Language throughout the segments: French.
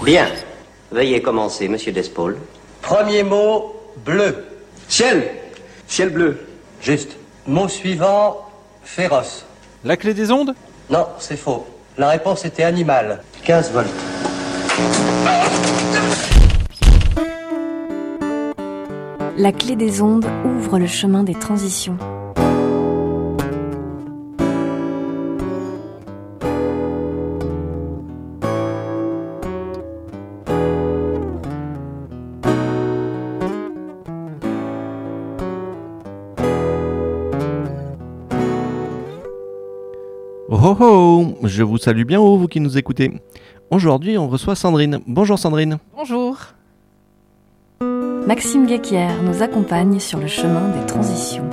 Bien. Veuillez commencer, monsieur Despaul. Premier mot, bleu. Ciel. Ciel bleu. Juste. Mot suivant, féroce. La clé des ondes ? Non, c'est faux. La réponse était animal. 15 volts. La clé des ondes ouvre le chemin des transitions. Oh oh, je vous salue bien haut, vous qui nous écoutez. Aujourd'hui, on reçoit Sandrine. Bonjour Sandrine. Bonjour. Maxime Guéquière nous accompagne sur le chemin des transitions.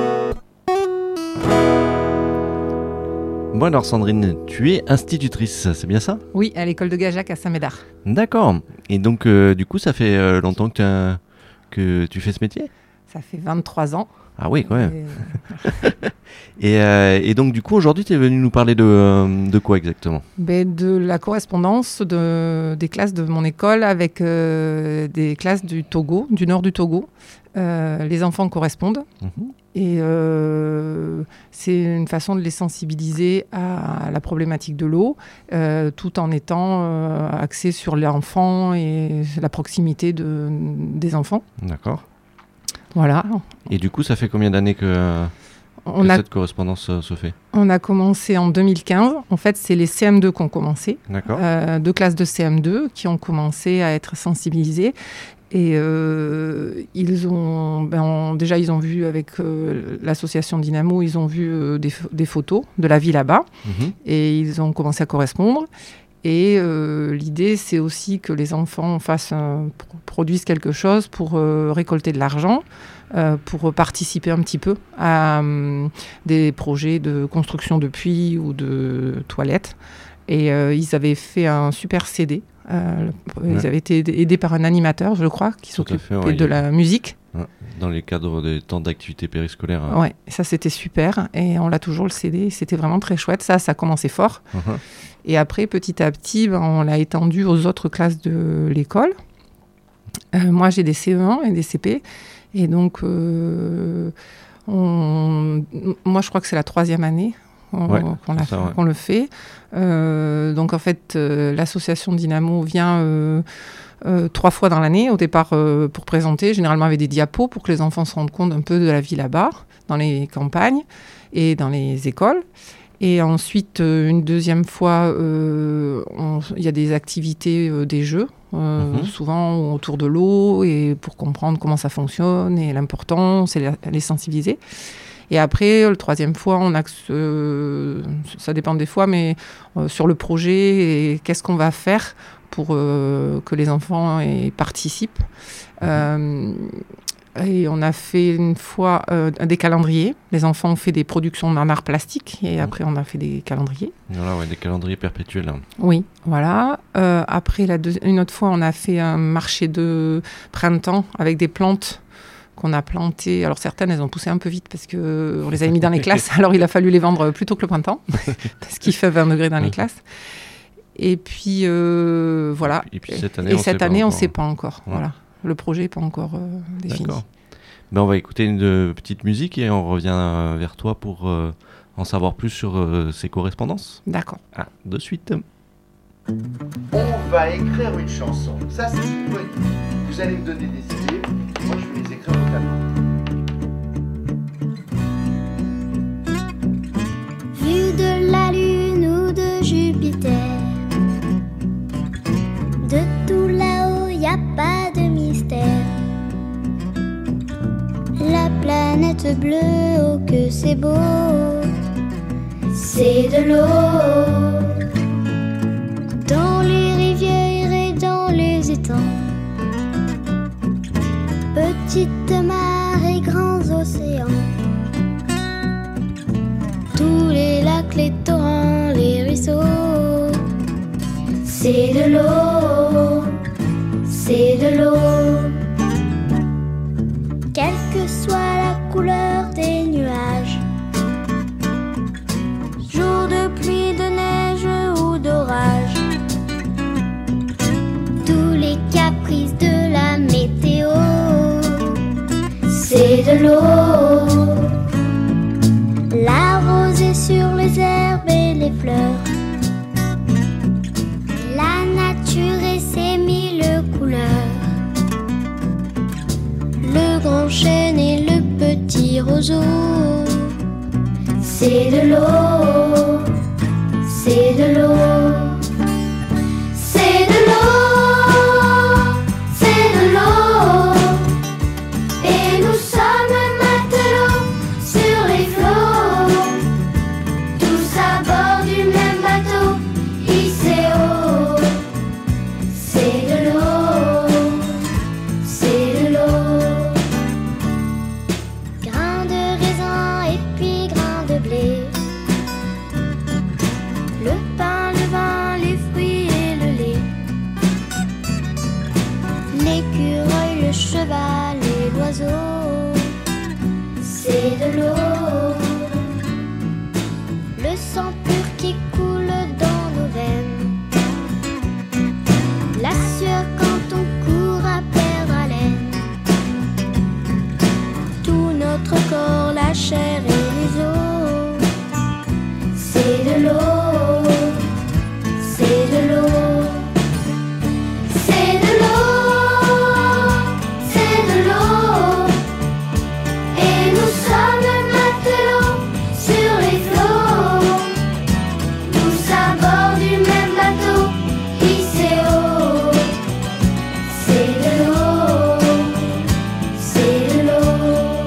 Bon alors Sandrine, tu es institutrice, c'est bien ça ? Oui, à l'école de Gajac à Saint-Médard. D'accord. Et donc du coup, ça fait longtemps que tu fais ce métier ? Ça fait 23 ans. Ah oui, quand même. Et donc du coup, aujourd'hui, tu es venu nous parler de quoi exactement ? De la correspondance des classes de mon école avec des classes du Togo, du nord du Togo. Les enfants correspondent. Et c'est une façon de les sensibiliser à la problématique de l'eau, tout en étant axé sur l'enfant et la proximité des enfants. D'accord. Voilà. Et du coup, ça fait combien d'années que cette correspondance se fait ? On a commencé en 2015. En fait, c'est les CM2 qui ont commencé. D'accord. 2 classes de CM2 qui ont commencé à être sensibilisées. Et ils ont vu avec l'association Dynamo, ils ont vu des photos de la vie là-bas. Et ils ont commencé à correspondre. Et l'idée, c'est aussi que les enfants produisent quelque chose pour récolter de l'argent, pour participer un petit peu à des projets de construction de puits ou de toilettes. Et ils avaient fait un super CD. Ils avaient été aidés par un animateur, je crois, qui s'occupait de la musique. Dans les cadres des temps d'activité périscolaire. Ouais, ça c'était super. Et on l'a toujours le CD. C'était vraiment très chouette. Ça a commencé fort. Et après, petit à petit, on l'a étendu aux autres classes de l'école. Moi, j'ai des CE1 et des CP. Et donc, moi, je crois que c'est la 3e année qu'on le fait. Donc, en fait, l'association Dynamo vient 3 fois dans l'année, au départ, pour présenter, généralement avec des diapos, pour que les enfants se rendent compte un peu de la vie là-bas, dans les campagnes et dans les écoles. Et ensuite, une deuxième fois, il y a des activités, des jeux, souvent autour de l'eau, et pour comprendre comment ça fonctionne et l'importance, et les sensibiliser. Et après, le 3e fois, on axe, ça dépend des fois, mais sur le projet et qu'est-ce qu'on va faire pour que les enfants participent. Et on a fait une fois des calendriers. Les enfants ont fait des productions en art plastique et après on a fait des calendriers. Voilà, des calendriers perpétuels. Oui, voilà. Après, une autre fois, on a fait un marché de printemps avec des plantes qu'on a plantées. Alors certaines, elles ont poussé un peu vite parce qu'on les avait mis dans les classes. Alors il a fallu les vendre plus tôt que le printemps parce qu'il fait 20 degrés dans les classes. Et puis, voilà. Et puis cette année, on ne sait pas encore. Voilà. Le projet n'est pas encore défini. D'accord. On va écouter une petite musique et on revient vers toi pour en savoir plus sur ces correspondances. D'accord. De suite. On va écrire une chanson. Ça, c'est une bonne idée. Vous allez me donner des idées. Moi, je vais les écrire totalement. Vue de la Lune ou de Jupiter, de tout là-haut, y a pas de mystère. La planète bleue, oh que c'est beau, c'est de l'eau. Dans les rivières et dans les étangs, petites mares et grands océans, tous les lacs, les torrents, les ruisseaux, c'est de l'eau, c'est de l'eau. Quelle que soit la couleur des nuages, jour de pluie, de neige ou d'orage, oiseaux. C'est de l'eau, c'est de l'eau, c'est de l'eau, c'est de l'eau. Et nous sommes matelots sur les flots, tous à bord du même bateau, ICO. C'est de l'eau, c'est de l'eau. Grain de raisin et puis grain de blé, le pain, le vin, les fruits et le lait, l'écureuil, le cheval et l'oiseau. C'est de l'eau, le sang pur qui coule dans nos veines, la sueur quand on court à perdre haleine, tout notre corps, la chair et les os. C'est de l'eau, c'est de l'eau, c'est de l'eau, c'est de l'eau. Et nous sommes matelots sur les flots, tous à bord du même bateau, ICO. C'est de l'eau, c'est de l'eau.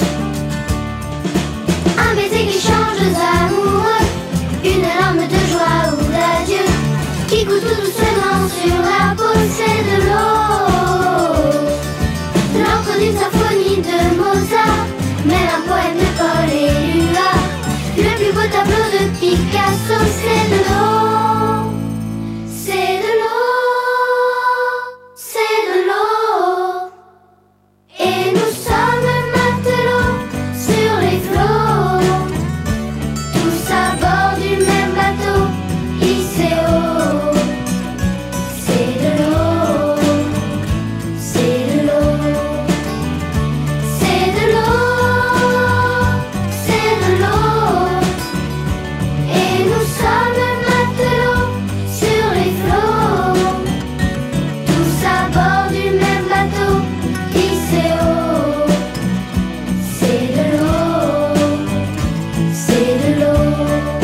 Un baiser qui change d'amoureux, une larme de joie ou d'adieu, qui coule tout doucement sur la peau. C'est de l'eau, l'encre d'une symphonie de Mozart, même un poème de Paul Éluard, le plus beau tableau de Picasso. C'est de l'eau, c'est de l'eau, c'est de l'eau. Et nous sommes matelots sur les flots, tous à bord du même bateau, ICO. C'est de l'eau, c'est de l'eau, c'est de l'eau, c'est de l'eau. Et nous sommes matelots sur les flots, tous à bord du même bateau, ICO. C'est de l'eau, c'est de l'eau.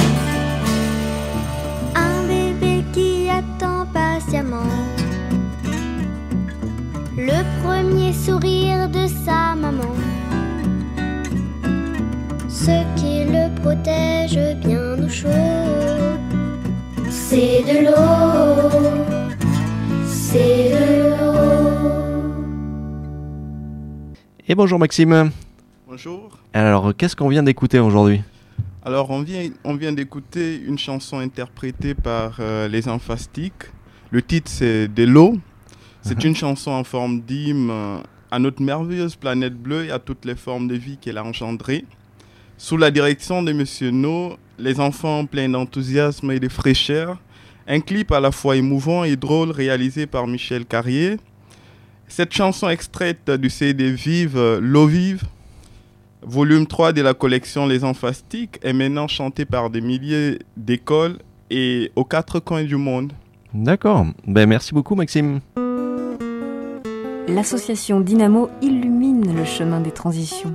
Un bébé qui attend patiemment le premier sourire de sa maman, ce qui le protège bien au chaud. C'est de l'eau, c'est de l'eau. Et bonjour Maxime. Bonjour. Alors, qu'est-ce qu'on vient d'écouter aujourd'hui ? Alors, on vient d'écouter une chanson interprétée par les Emphastiques. Le titre, c'est De l'eau. C'est une chanson en forme d'hymne à notre merveilleuse planète bleue et à toutes les formes de vie qu'elle a engendrées. Sous la direction de Monsieur No, les enfants pleins d'enthousiasme et de fraîcheur. Un clip à la fois émouvant et drôle réalisé par Michel Carrier. Cette chanson extraite du CD Vive, L'eau vive, volume 3 de la collection Les Emphastiques, est maintenant chantée par des milliers d'écoles et aux 4 coins du monde. D'accord. Ben, merci beaucoup Maxime. L'association Dynamo illumine le chemin des transitions.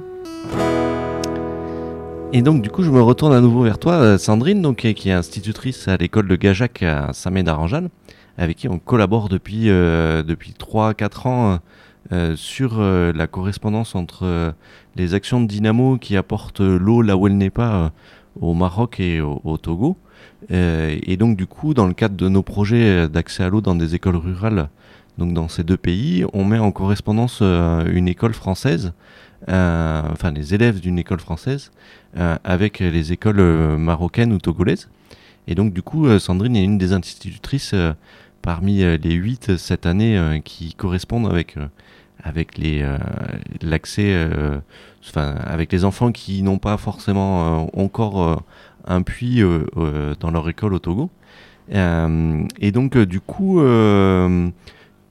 Et donc du coup je me retourne à nouveau vers toi Sandrine, donc, qui est institutrice à l'école de Gajac à Saint-Médard-en-Jalles, avec qui on collabore depuis 3-4 ans sur la correspondance entre les actions de Dynamo qui apportent l'eau là où elle n'est pas au Maroc et au Togo. Et donc du coup dans le cadre de nos projets d'accès à l'eau dans des écoles rurales, donc dans ces deux pays, on met en correspondance une école française, enfin les élèves d'une école française avec les écoles marocaines ou togolaises. Et donc du coup Sandrine est une des institutrices parmi les 8 cette année qui correspondent avec l'accès, avec les enfants qui n'ont pas forcément encore un puits dans leur école au Togo. Et donc du coup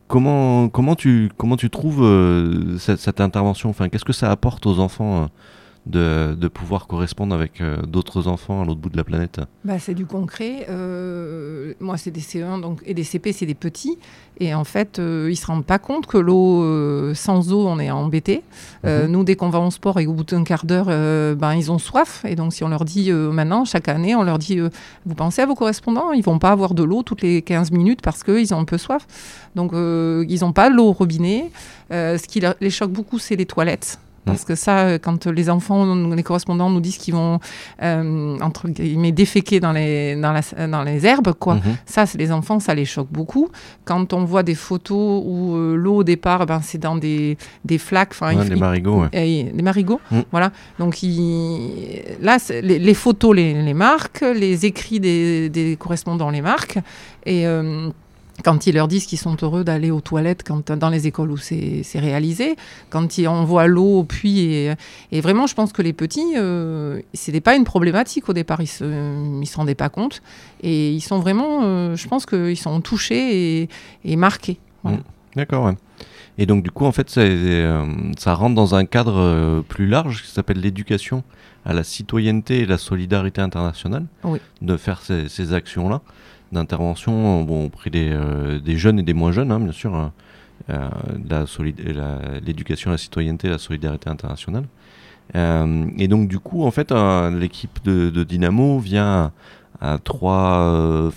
comment tu trouves cette intervention, enfin qu'est-ce que ça apporte aux enfants de pouvoir correspondre avec d'autres enfants à l'autre bout de la planète? C'est du concret. Moi, c'est des CE1 donc, et des CP, c'est des petits. Et en fait, ils ne se rendent pas compte que l'eau, sans eau, on est embêté. Nous, dès qu'on va en sport et au bout d'un quart d'heure, ils ont soif. Et donc, si on leur dit maintenant, chaque année, on leur dit vous pensez à vos correspondants? Ils ne vont pas avoir de l'eau toutes les 15 minutes parce qu'ils ont un peu soif. Donc, ils n'ont pas l'eau au robinet. Ce qui les choque beaucoup, c'est les toilettes. Parce que ça, quand les enfants, les correspondants nous disent qu'ils vont, entre guillemets, déféquer dans les herbes, quoi. Ça, les enfants, ça les choque beaucoup. Quand on voit des photos où l'eau, au départ, c'est dans des flaques. Des marigots. Des marigots, voilà. Donc, là, les photos les marquent, les écrits des correspondants les marquent. Et... quand ils leur disent qu'ils sont heureux d'aller aux toilettes dans les écoles où c'est réalisé, quand on voit l'eau au puits. Et vraiment, je pense que les petits, ce n'était pas une problématique au départ. Ils ne se rendaient pas compte. Et ils sont vraiment, je pense qu'ils sont touchés et marqués. Voilà. D'accord, ouais. Et donc, du coup, en fait, ça rentre dans un cadre plus large qui s'appelle l'éducation à la citoyenneté et la solidarité internationale, de faire ces actions-là d'intervention auprès des jeunes et des moins jeunes, bien sûr, l'éducation à la citoyenneté et la solidarité internationale. Et donc, du coup, en fait, l'équipe de Dynamo vient à 3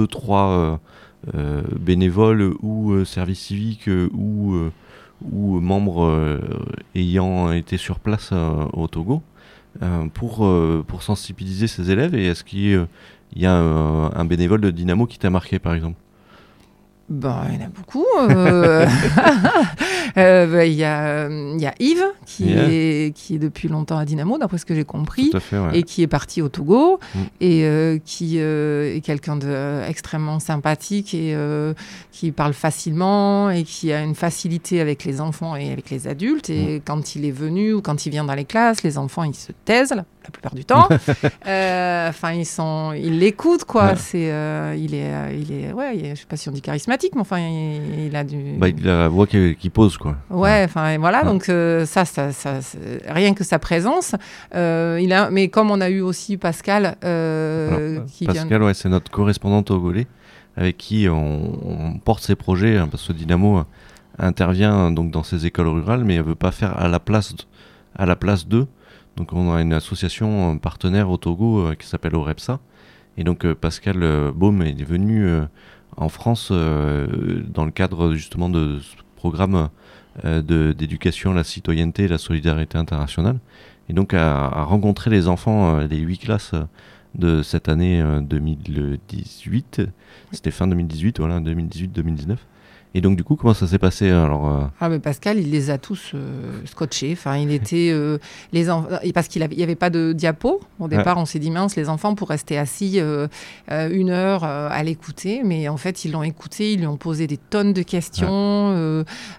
bénévoles ou services civiques ou membres ayant été sur place au Togo pour sensibiliser ces élèves. Et est-ce qu'il y a un bénévole de Dynamo qui t'a marqué, par exemple? Il y en a beaucoup. Il y a Yves qui est depuis longtemps à Dynamo, d'après ce que j'ai compris, et qui est parti au Togo, et qui est quelqu'un d'extrêmement sympathique et qui parle facilement et qui a une facilité avec les enfants et avec les adultes. Et quand il est venu ou quand il vient dans les classes, les enfants ils se taisent la plupart du temps. Ils l'écoutent, quoi. Il est, je sais pas si on dit charismatique, mais enfin, il a du. Il a la voix qui pose, quoi. Ouais, voilà. Donc ça, rien que sa présence. Mais comme on a eu aussi Pascal, Pascal, c'est notre correspondant togolais avec qui on porte ses projets, parce que Dynamo intervient donc dans ces écoles rurales, mais elle veut pas faire à la place d'eux. Donc on a une association partenaire au Togo qui s'appelle OREPSA. Et donc Pascal Baume est venu en France dans le cadre justement de ce programme d'éducation à la citoyenneté et la solidarité internationale. Et donc à rencontrer les enfants des 8 classes de cette année 2018. C'était fin 2018, 2018-2019. Et donc, du coup, comment ça s'est passé alors mais Pascal, il les a tous scotchés. Enfin, il était parce qu'il y avait pas de diapo. Au départ, on s'est dit mince, les enfants pour rester assis 1 heure à l'écouter. Mais en fait, ils l'ont écouté, ils lui ont posé des tonnes de questions.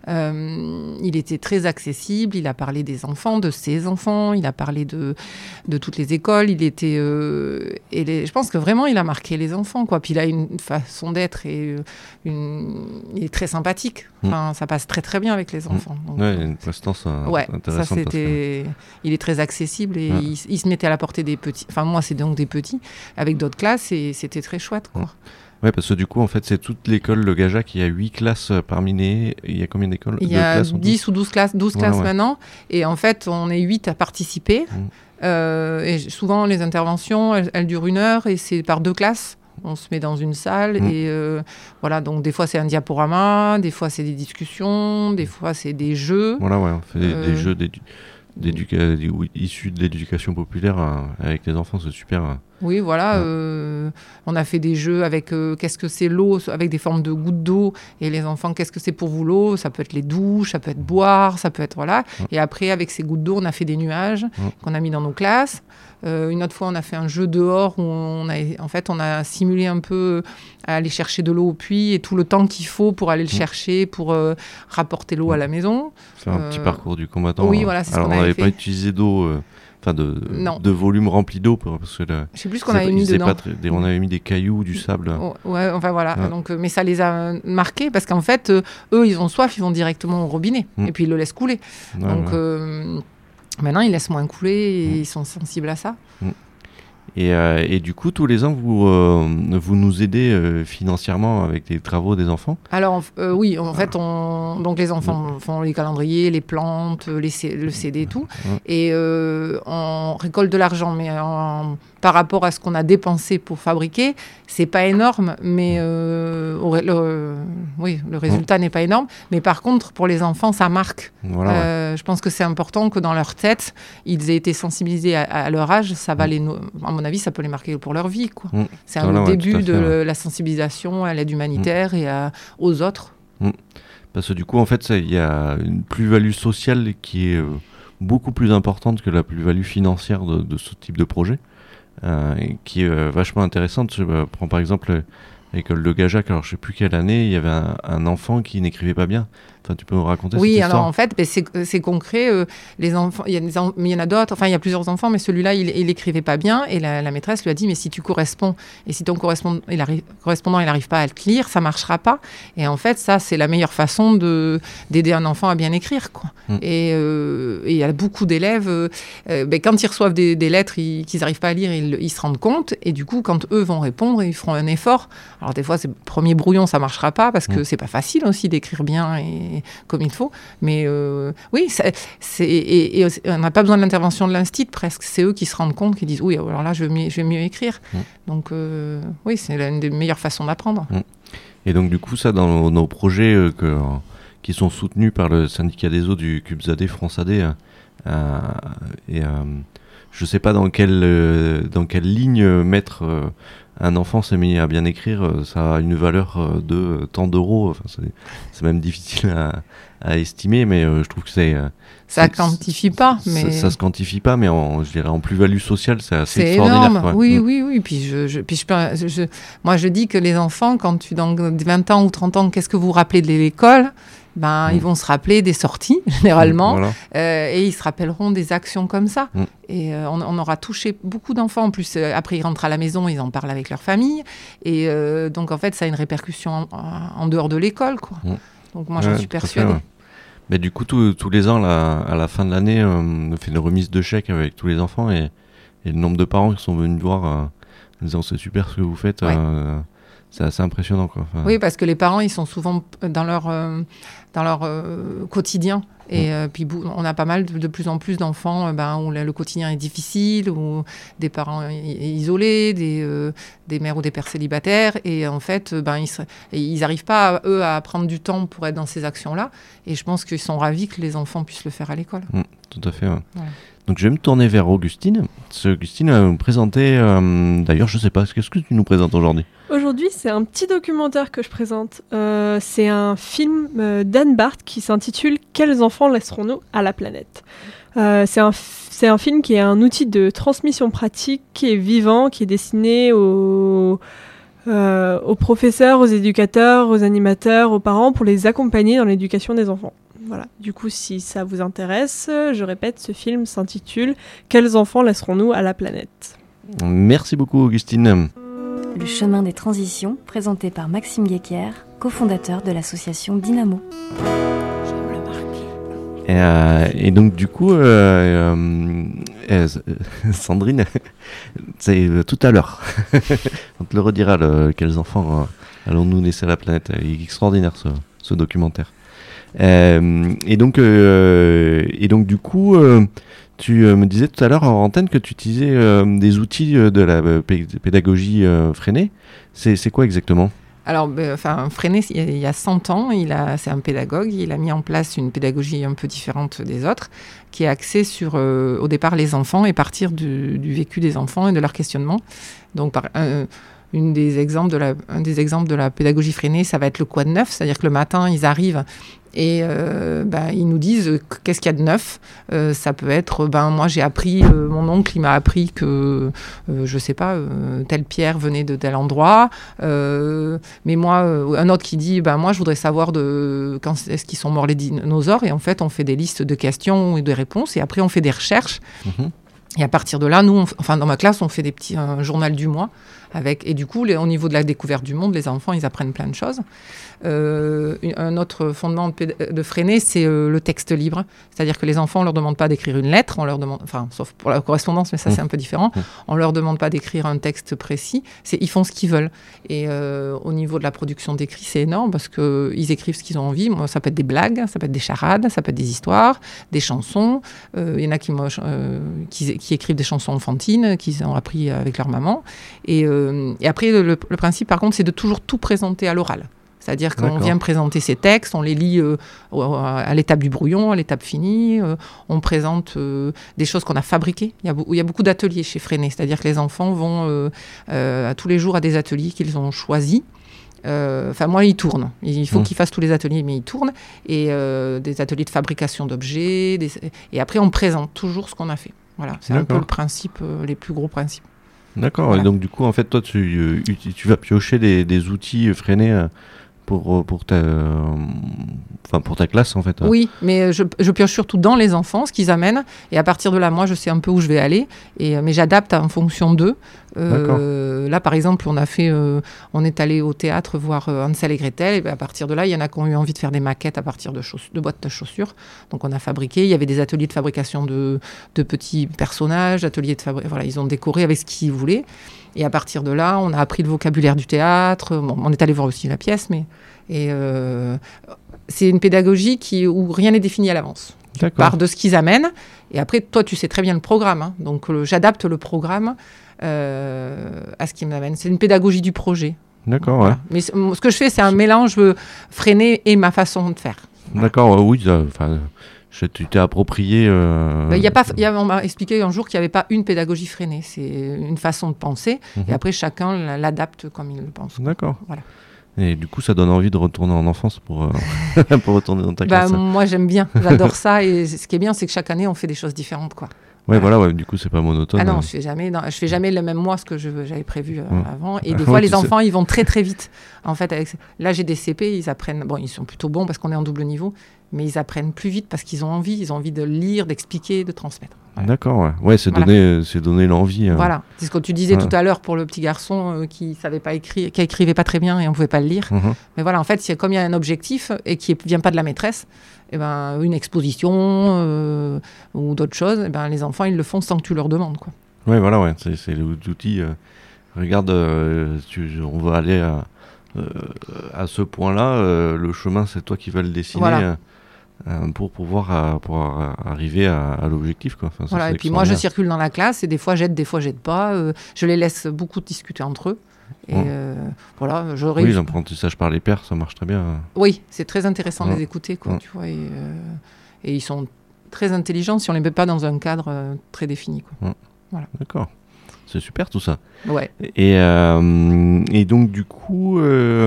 Il était très accessible. Il a parlé des enfants, de ses enfants. Il a parlé de toutes les écoles. Il était je pense que vraiment, il a marqué les enfants, quoi. Puis il a une façon d'être et il est très sympathique. Enfin, ça passe très très bien avec les enfants. Donc, une prestance intéressante. Il est très accessible et il se mettait à la portée des petits. Enfin, moi, c'est donc des petits avec d'autres classes et c'était très chouette, quoi. Ouais, parce que du coup, en fait, c'est toute l'école de Gajac. Il y a 8 classes parmi les... Il y a combien d'écoles? Il y a 10 ou 12 classes, maintenant. Et en fait, on est 8 à participer. Et souvent, les interventions, elles durent 1 heure et c'est par 2 classes. On se met dans une salle et voilà, donc des fois c'est un diaporama, des fois c'est des discussions, des fois c'est des jeux. Voilà, on fait des jeux issus de l'éducation populaire avec les enfants, c'est super. Oui, voilà, on a fait des jeux avec qu'est-ce que c'est l'eau, avec des formes de gouttes d'eau, et les enfants, qu'est-ce que c'est pour vous l'eau? Ça peut être les douches, ça peut être boire, ça peut être, voilà. Et après, avec ces gouttes d'eau, on a fait des nuages qu'on a mis dans nos classes. Une autre fois, on a fait un jeu dehors où on a simulé un peu aller chercher de l'eau au puits et tout le temps qu'il faut pour aller le chercher, pour rapporter l'eau à la maison. C'est un petit parcours du combattant. Oui, voilà, c'est ce qu'on avait fait. Alors, on n'avait pas utilisé d'eau... de volume rempli d'eau, parce que je sais plus ce qu'on avait mis dedans. On avait mis des cailloux, du sable. Ouais, enfin voilà. Donc, mais ça les a marqués parce qu'en fait, eux, ils ont soif, ils vont directement au robinet et puis ils le laissent couler. Donc Maintenant, ils laissent moins couler et ils sont sensibles à ça. Et du coup, tous les ans, vous nous aidez financièrement avec des travaux des enfants ? Alors, oui, en fait, donc les enfants font les calendriers, les plantes, le CD et tout. Et on récolte de l'argent, mais par rapport à ce qu'on a dépensé pour fabriquer, c'est pas énorme, mais le résultat n'est pas énorme. Mais par contre, pour les enfants, ça marque. Je pense que c'est important que dans leur tête, ils aient été sensibilisés à leur âge. Ça va à mon avis, ça peut les marquer pour leur vie, quoi. C'est le début de la sensibilisation à l'aide humanitaire et aux autres. Parce que du coup, en fait, il y a une plus-value sociale qui est beaucoup plus importante que la plus-value financière de ce type de projet, qui est vachement intéressante. Je prends par exemple l'école de Gajac, alors je ne sais plus quelle année, il y avait un enfant qui n'écrivait pas bien. Enfin, tu peux me raconter cette histoire ? Oui, alors en fait, c'est concret. Les enfants, il y en a d'autres. Enfin, il y a plusieurs enfants, mais celui-là, il écrivait pas bien. Et la maîtresse lui a dit, mais si tu corresponds et si ton correspondant, il n'arrive pas à te lire, ça marchera pas. Et en fait, ça, c'est la meilleure façon d'aider un enfant à bien écrire, quoi. Et il y a beaucoup d'élèves, quand ils reçoivent des lettres qu'ils n'arrivent pas à lire, ils se rendent compte. Et du coup, quand eux vont répondre, ils feront un effort. Alors des fois, c'est premier brouillon, ça marchera pas parce que c'est pas facile aussi d'écrire bien et comme il faut, mais oui, et on n'a pas besoin de l'intervention de l'instit presque, c'est eux qui se rendent compte, qui disent oui, alors là je vais mieux écrire. Donc oui, c'est l'une des meilleures façons d'apprendre. Et donc du coup ça, dans nos projets qui sont soutenus par le syndicat des eaux du CUBZAD, FrontSAD, et je sais pas dans quelle ligne mettre un enfant s'est mis à bien écrire, ça a une valeur de tant d'euros. Enfin, c'est même difficile à estimer, mais je trouve que ça quantifie pas. Mais ça se quantifie pas, mais je dirais en plus-value sociale, c'est assez extraordinaire. Énorme. Oui. Puis moi, je dis que les enfants, quand dans 20 ans ou 30 ans, qu'est-ce que vous vous rappelez de l'école ? Ils vont se rappeler des sorties, généralement, et ils se rappelleront des actions comme ça. Et on aura touché beaucoup d'enfants. En plus, après, ils rentrent à la maison, ils en parlent avec leur famille. Et donc, en fait, ça a une répercussion en dehors de l'école, quoi. Donc, moi, j'en suis persuadée. Mais du coup, tous les ans, à la fin de l'année, on fait une remise de chèques avec tous les enfants. Et le nombre de parents qui sont venus voir en disant « c'est super ce que vous faites ». C'est assez impressionnant, quoi. Oui, parce que les parents, ils sont souvent dans leur quotidien. Et puis, on a pas mal, de plus en plus d'enfants où le quotidien est difficile, ou des parents isolés, des mères ou des pères célibataires. Et en fait, ils n'arrivent pas, eux, à prendre du temps pour être dans ces actions-là. Et je pense qu'ils sont ravis que les enfants puissent le faire à l'école. Tout à fait, Donc, je vais me tourner vers Augustine. Augustine va nous présenter, d'ailleurs, je ne sais pas, qu'est-ce que tu nous présentes aujourd'hui ? Aujourd'hui, c'est un petit documentaire que je présente. C'est un film d'Anne Barth qui s'intitule « Quels enfants laisserons-nous à la planète ?» C'est un film qui est un outil de transmission pratique, qui est vivant, qui est destiné aux professeurs, aux éducateurs, aux animateurs, aux parents, pour les accompagner dans l'éducation des enfants. Voilà. Du coup, si ça vous intéresse, je répète, ce film s'intitule « Quels enfants laisserons-nous à la planète ?» Merci beaucoup, Augustine. Le chemin des transitions, présenté par Maxime Guéquer, cofondateur de l'association Dynamo. Et donc du coup, Sandrine, c'est tout à l'heure. On te le redira, quels enfants allons-nous laisser à la planète. Il est extraordinaire ce documentaire. Et donc du coup, tu me disais tout à l'heure en antenne que tu utilisais des outils de la pédagogie Freinet. C'est quoi exactement ? Alors, Freinet, il y a 100 ans, c'est un pédagogue. Il a mis en place une pédagogie un peu différente des autres, qui est axée sur, au départ, les enfants et partir du vécu des enfants et de leur questionnement. Donc, un des exemples de la pédagogie Freinet, ça va être le quoi de neuf, c'est-à-dire que le matin, ils arrivent et ils nous disent qu'est-ce qu'il y a de neuf. Ça peut être, moi j'ai appris, mon oncle il m'a appris que, je sais pas, telle pierre venait de tel endroit. Mais moi, un autre qui dit, moi je voudrais savoir quand est-ce qu'ils sont morts les dinosaures. Et en fait, on fait des listes de questions et de réponses et après on fait des recherches. Et à partir de là, nous, dans ma classe, on fait un journal du mois. Et du coup, au niveau de la découverte du monde, les enfants, ils apprennent plein de choses. un autre fondement de Freinet, c'est le texte libre. C'est-à-dire que les enfants, on ne leur demande pas d'écrire une lettre, sauf pour la correspondance, mais ça c'est un peu différent. On ne leur demande pas d'écrire un texte précis, ils font ce qu'ils veulent. Et au niveau de la production d'écrit, c'est énorme parce qu'ils écrivent ce qu'ils ont envie. Moi, ça peut être des blagues, ça peut être des charades, ça peut être des histoires, des chansons. Il y en a qui écrivent des chansons enfantines, qu'ils ont appris avec leur maman. Et après, le principe, par contre, c'est de toujours tout présenter à l'oral. C'est-à-dire qu'on vient présenter ces textes, on les lit à l'étape du brouillon, à l'étape finie. On présente des choses qu'on a fabriquées. Il y a beaucoup d'ateliers chez Freinet. C'est-à-dire que les enfants vont tous les jours à des ateliers qu'ils ont choisis. Moi, ils tournent. Il faut qu'ils fassent tous les ateliers, mais ils tournent. Et des ateliers de fabrication d'objets. Et après, on présente toujours ce qu'on a fait. Voilà, c'est un peu le principe, les plus gros principes. D'accord. Voilà. Et donc, du coup, en fait, toi, tu vas piocher des outils Freinet pour ta classe, en fait. Oui, mais je pioche surtout dans les enfants, ce qu'ils amènent. Et à partir de là, moi, je sais un peu où je vais aller. Mais j'adapte en fonction d'eux. Là, par exemple, on est allé au théâtre voir Hansel et Gretel. Et à partir de là, il y en a qui ont eu envie de faire des maquettes à partir de boîtes de chaussures. Donc, on a fabriqué. Il y avait des ateliers de fabrication de petits personnages, voilà, ils ont décoré avec ce qu'ils voulaient. Et à partir de là, on a appris le vocabulaire du théâtre. On est allé voir aussi la pièce, c'est une pédagogie où rien n'est défini à l'avance. Tu pars de ce qu'ils amènent. Et après, toi, tu sais très bien le programme. Hein. Donc, j'adapte le programme à ce qu'ils m'amènent. C'est une pédagogie du projet. D'accord, voilà. Ouais. Mais ce que je fais, c'est un mélange Freinet et ma façon de faire. Voilà. D'accord, oui. Tu t'es approprié... on m'a expliqué un jour qu'il n'y avait pas une pédagogie Freinet. C'est une façon de penser. Et après, chacun l'adapte comme il le pense. D'accord. Voilà. Et du coup, ça donne envie de retourner en enfance pour retourner dans ta classe. Moi, j'aime bien. J'adore ça. Et ce qui est bien, c'est que chaque année, on fait des choses différentes, quoi. Voilà, du coup, c'est pas monotone. Ah non, je fais jamais le même mois ce que j'avais prévu avant. Et des fois, les enfants, ils vont très, très vite. En fait, là, j'ai des CP, ils apprennent... Bon, ils sont plutôt bons parce qu'on est en double niveau, mais ils apprennent plus vite parce qu'ils ont envie. Ils ont envie de lire, d'expliquer, de transmettre. Voilà. D'accord, ouais, c'est donner l'envie. Voilà, c'est ce que tu disais tout à l'heure pour le petit garçon qui écrivait pas très bien et on pouvait pas le lire. Mais voilà, en fait, comme il y a un objectif et qui vient pas de la maîtresse, une exposition ou d'autres choses, les enfants ils le font sans que tu leur demandes, quoi. Ouais, voilà, ouais, c'est l'outil. Regarde, on va aller à ce point-là. Le chemin, c'est toi qui vas le dessiner. Voilà. Pour pouvoir arriver à l'objectif, quoi. Enfin, voilà, et puis moi je circule dans la classe et des fois j'aide pas, je les laisse beaucoup discuter entre eux et voilà, je réussis. Oui, l'apprentissage par les pairs, ça marche très bien. Oui, c'est très intéressant de les écouter, quoi, tu vois, et ils sont très intelligents si on les met pas dans un cadre très défini, quoi. Voilà. D'accord, c'est super tout ça. Ouais. Et donc du coup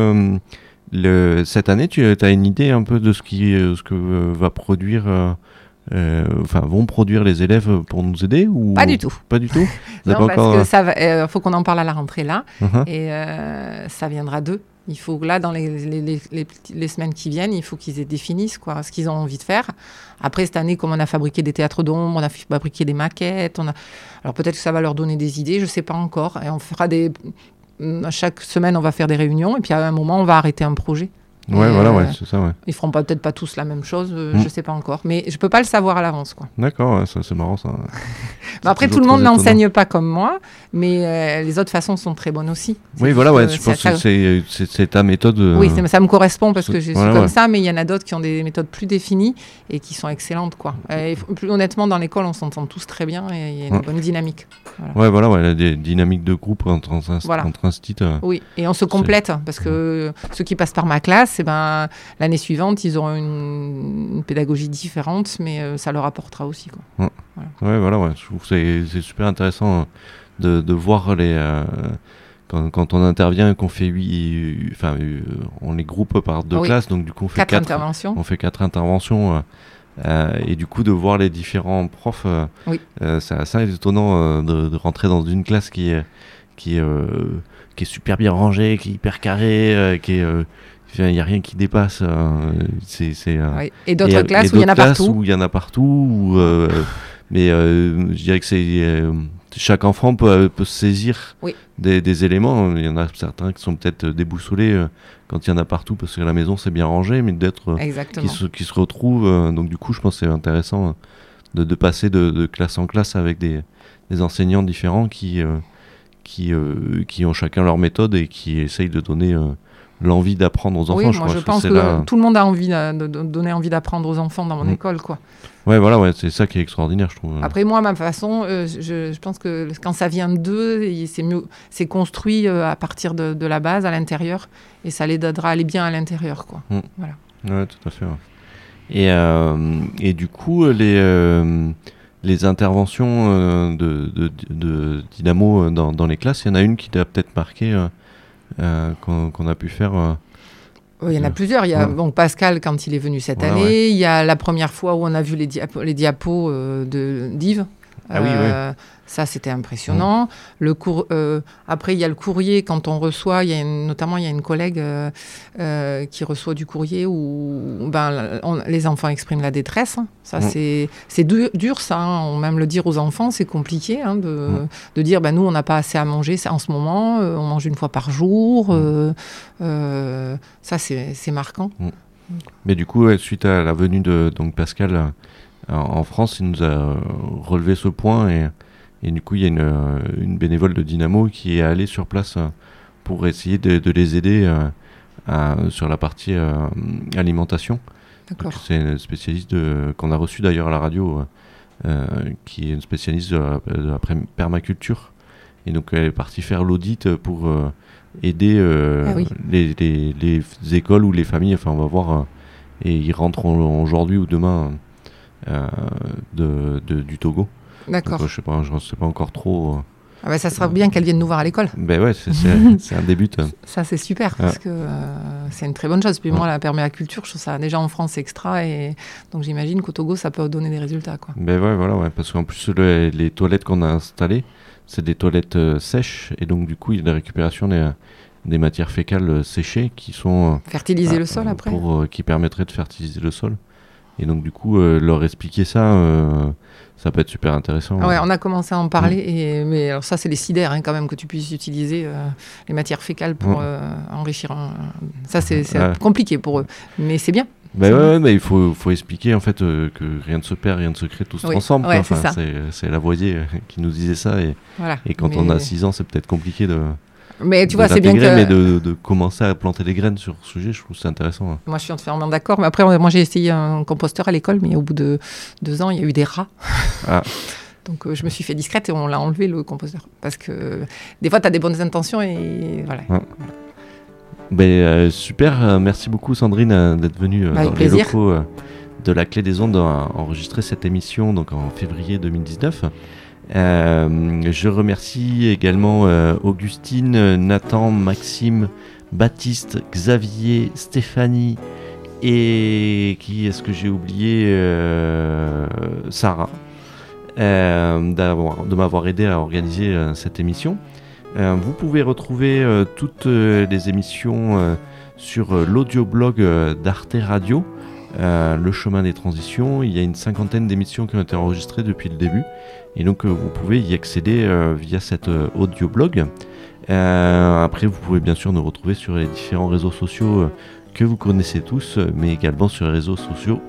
cette année, tu as une idée un peu de ce que va produire, vont produire les élèves pour nous aider ou... Pas du tout. Pas du tout. Non, parce que faut qu'on en parle à la rentrée là, et ça viendra d'eux. Il faut que là, dans les semaines qui viennent, il faut qu'ils définissent ce qu'ils ont envie de faire. Après, cette année, comme on a fabriqué des théâtres d'ombre, on a fabriqué des maquettes, alors peut-être que ça va leur donner des idées, je ne sais pas encore. Et on fera chaque semaine, on va faire des réunions et puis à un moment, on va arrêter un projet. Ouais, c'est ça, ouais. Ils feront peut-être pas tous la même chose, je sais pas encore. Mais je peux pas le savoir à l'avance, quoi. D'accord, ça, c'est marrant, ça. Après, tout le monde n'enseigne pas comme moi, mais les autres façons sont très bonnes aussi. Oui, voilà, je pense que c'est ta méthode. Oui, ça me correspond parce que je suis comme ça, mais il y en a d'autres qui ont des méthodes plus définies et qui sont excellentes, quoi. Et plus honnêtement, dans l'école, on s'entend tous très bien et il y a une bonne dynamique. Voilà, des dynamiques de groupe entre instituts. Oui, et on se complète parce que ceux qui passent par ma classe, l'année suivante, ils auront une pédagogie différente, mais ça leur apportera aussi, quoi. Voilà. Je trouve que c'est super intéressant de voir quand on intervient, qu'on fait on les groupe par deux classes, donc du coup on fait 4 interventions. On fait 4 interventions. Et du coup de voir les différents profs, c'est assez étonnant de rentrer dans une classe qui est super bien rangée, qui est hyper carrée, il n'y a rien qui dépasse. Et d'autres classes où il y en a partout. Où il y en a partout. Mais je dirais que chaque enfant peut se saisir des éléments. Il y en a certains qui sont peut-être déboussolés quand il y en a partout, parce que la maison c'est bien rangé, mais d'être qui se retrouvent. Donc du coup, je pense que c'est intéressant de passer de classe en classe avec des enseignants différents qui ont chacun leur méthode et qui essayent de donner l'envie d'apprendre aux enfants. Oui, je pense que tout le monde a envie de donner envie d'apprendre aux enfants dans mon école, quoi. Ouais, voilà, c'est ça qui est extraordinaire, je trouve. Après, moi, ma façon, je pense que quand ça vient d'eux, c'est mieux, c'est construit à partir de la base, à l'intérieur, et ça les aidera à aller bien à l'intérieur, quoi. Voilà. Ouais, tout à fait. Ouais. Et du coup, les interventions de Dynamo dans les classes, il y en a une qui t'a peut-être marqué, qu'on a pu faire. Il y en a plusieurs. Il y a donc Pascal quand il est venu cette année. Ouais. Il y a la première fois où on a vu les diapos d'Yves. Ah oui. Ça, c'était impressionnant. Le après, il y a le courrier quand on reçoit. Notamment, il y a une collègue qui reçoit du courrier où les enfants expriment la détresse. Ça, c'est dur, ça. Même le dire aux enfants, c'est compliqué de dire nous, on n'a pas assez à manger en ce moment. On mange une fois par jour. Ça, c'est marquant. Mais du coup, suite à la venue de Pascal en France, il nous a relevé ce point et du coup, il y a une bénévole de Dynamo qui est allée sur place pour essayer de les aider sur la partie alimentation. D'accord. Donc, c'est une spécialiste qu'on a reçue d'ailleurs à la radio, qui est une spécialiste de la permaculture. Et donc, elle est partie faire l'audit pour aider les écoles ou les familles. Enfin, on va voir. Et ils rentrent aujourd'hui ou demain du Togo. D'accord. Donc, je ne sais pas encore trop. Ça sera bien qu'elle vienne nous voir à l'école. Ben ouais, c'est un début. Ça, c'est super, parce que c'est une très bonne chose. Puis moi, la permaculture, je trouve ça déjà en France extra. Et donc j'imagine qu'au Togo, ça peut donner des résultats, quoi. Ben ouais, voilà, parce qu'en plus, les toilettes qu'on a installées, c'est des toilettes sèches. Et donc, du coup, il y a la récupération des matières fécales séchées qui sont... fertiliser le sol après. Qui permettraient de fertiliser le sol. Et donc, du coup, leur expliquer ça, ça peut être super intéressant. Ouais, on a commencé à en parler. Mais alors ça, c'est les sidères, quand même, que tu puisses utiliser les matières fécales pour enrichir. Ça, c'est compliqué pour eux. Mais c'est bien. Mais il faut expliquer, en fait, que rien ne se perd, rien ne se crée, tout se transforme. Ouais, enfin, c'est ça. C'est Lavoisier qui nous disait ça. Et quand on a 6 ans, c'est peut-être compliqué de... Mais tu vois, c'est bien que... Mais de commencer à planter des graines sur ce sujet, je trouve que c'est intéressant. Moi, je suis entièrement d'accord. Mais après, moi, j'ai essayé un composteur à l'école, mais au bout de 2 ans, il y a eu des rats. Donc, je me suis fait discrète et on l'a enlevé, le composteur. Parce que des fois, tu as des bonnes intentions et voilà. Super. Merci beaucoup, Sandrine, d'être venue dans les locaux de la Clé des Ondes enregistrer cette émission donc en février 2019. Je remercie également Augustine, Nathan, Maxime, Baptiste, Xavier, Stéphanie et qui est-ce que j'ai oublié, Sarah, de m'avoir aidé à organiser cette émission. Vous pouvez retrouver toutes les émissions sur l'audioblog d'Arte Radio, Le Chemin des Transitions. Il y a une 50aine d'émissions qui ont été enregistrées depuis le début. Et donc vous pouvez y accéder via cet audioblog. Après vous pouvez bien sûr nous retrouver sur les différents réseaux sociaux que vous connaissez tous, mais également sur les réseaux sociaux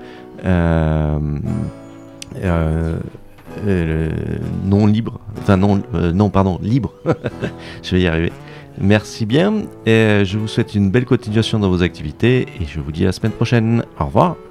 non libres. Enfin libres. Je vais y arriver. Merci bien et je vous souhaite une belle continuation dans vos activités et je vous dis à la semaine prochaine. Au revoir.